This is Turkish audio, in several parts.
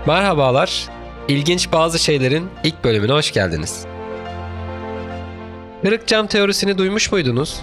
Merhabalar, İlginç Bazı Şeylerin ilk bölümüne hoş geldiniz. Kırık cam teorisini duymuş muydunuz?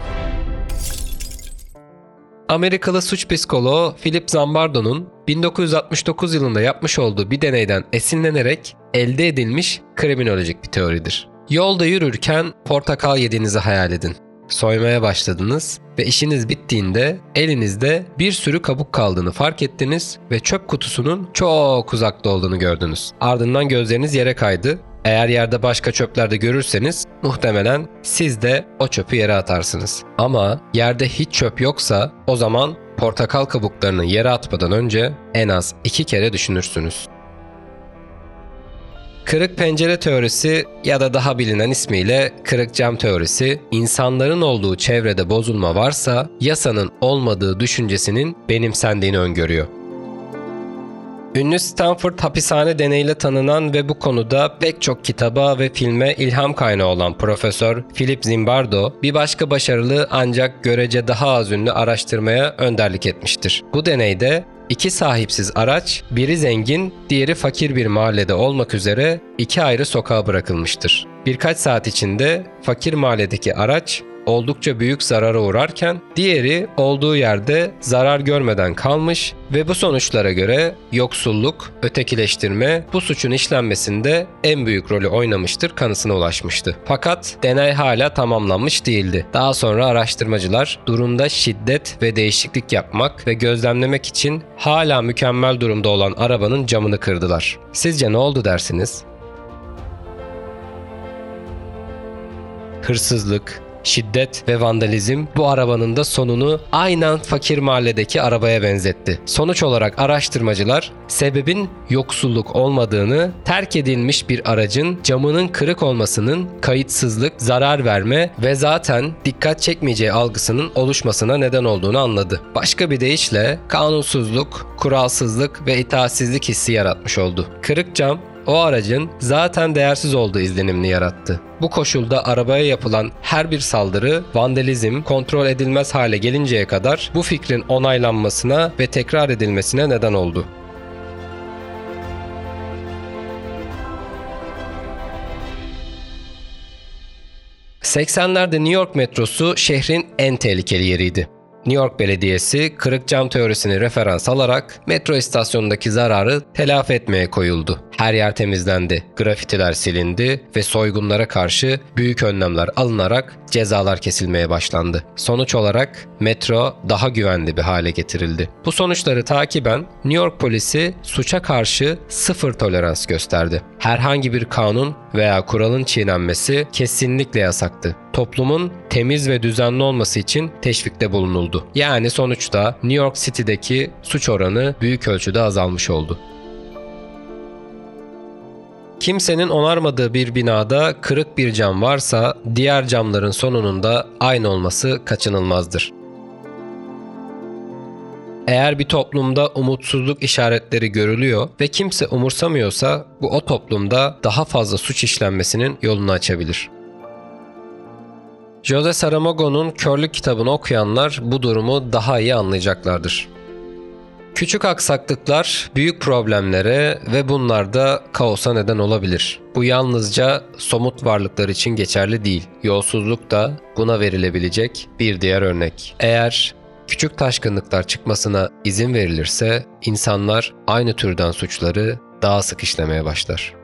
Amerikalı suç psikoloğu Philip Zimbardo'nun 1969 yılında yapmış olduğu bir deneyden esinlenerek elde edilmiş kriminolojik bir teoridir. Yolda yürürken portakal yediğinizi hayal edin. Soymaya başladınız ve işiniz bittiğinde elinizde bir sürü kabuk kaldığını fark ettiniz ve çöp kutusunun çok uzakta olduğunu gördünüz. Ardından gözleriniz yere kaydı. Eğer yerde başka çöpler de görürseniz muhtemelen siz de o çöpü yere atarsınız. Ama yerde hiç çöp yoksa o zaman portakal kabuklarını yere atmadan önce en az 2 kere düşünürsünüz. Kırık pencere teorisi ya da daha bilinen ismiyle kırık cam teorisi, insanların olduğu çevrede bozulma varsa yasanın olmadığı düşüncesinin benimsendiğini öngörüyor. Ünlü Stanford hapishane deneyiyle tanınan ve bu konuda pek çok kitaba ve filme ilham kaynağı olan Profesör Philip Zimbardo, bir başka başarılı ancak görece daha az ünlü araştırmaya önderlik etmiştir. Bu deneyde İki sahipsiz araç, biri zengin, diğeri fakir bir mahallede olmak üzere 2 ayrı sokağa bırakılmıştır. Birkaç saat içinde fakir mahalledeki araç oldukça büyük zarara uğrarken diğeri olduğu yerde zarar görmeden kalmış ve bu sonuçlara göre yoksulluk, ötekileştirme bu suçun işlenmesinde en büyük rolü oynamıştır kanısına ulaşmıştı. Fakat deney hala tamamlanmış değildi. Daha sonra araştırmacılar durumda şiddet ve değişiklik yapmak ve gözlemlemek için hala mükemmel durumda olan arabanın camını kırdılar. Sizce ne oldu dersiniz? Hırsızlık, şiddet ve vandalizm bu arabanın da sonunu aynen fakir mahalledeki arabaya benzetti. Sonuç olarak araştırmacılar sebebin yoksulluk olmadığını, terk edilmiş bir aracın camının kırık olmasının kayıtsızlık, zarar verme ve zaten dikkat çekmeyeceği algısının oluşmasına neden olduğunu anladı. Başka bir deyişle kanunsuzluk, kuralsızlık ve itaatsizlik hissi yaratmış oldu. Kırık cam o aracın zaten değersiz olduğu izlenimini yarattı. Bu koşulda arabaya yapılan her bir saldırı, vandalizm kontrol edilmez hale gelinceye kadar bu fikrin onaylanmasına ve tekrar edilmesine neden oldu. ...80'lerde New York metrosu şehrin en tehlikeli yeriydi. New York Belediyesi kırık cam teorisini referans alarak metro istasyonundaki zararı telafi etmeye koyuldu. Her yer temizlendi, grafitiler silindi ve soygunlara karşı büyük önlemler alınarak cezalar kesilmeye başlandı. Sonuç olarak metro daha güvenli bir hale getirildi. Bu sonuçları takiben New York polisi suça karşı sıfır tolerans gösterdi. Herhangi bir kanun veya kuralın çiğnenmesi kesinlikle yasaktı. Toplumun temiz ve düzenli olması için teşvikte bulunuldu. Yani sonuçta New York City'deki suç oranı büyük ölçüde azalmış oldu. Kimsenin onarmadığı bir binada kırık bir cam varsa diğer camların sonunun da aynı olması kaçınılmazdır. Eğer bir toplumda umutsuzluk işaretleri görülüyor ve kimse umursamıyorsa bu o toplumda daha fazla suç işlenmesinin yolunu açabilir. Jose Saramago'nun Körlük kitabını okuyanlar bu durumu daha iyi anlayacaklardır. Küçük aksaklıklar büyük problemlere ve bunlar da kaosa neden olabilir. Bu yalnızca somut varlıklar için geçerli değil. Yolsuzluk da buna verilebilecek bir diğer örnek. Eğer küçük taşkınlıklar çıkmasına izin verilirse insanlar aynı türden suçları daha sık işlemeye başlar.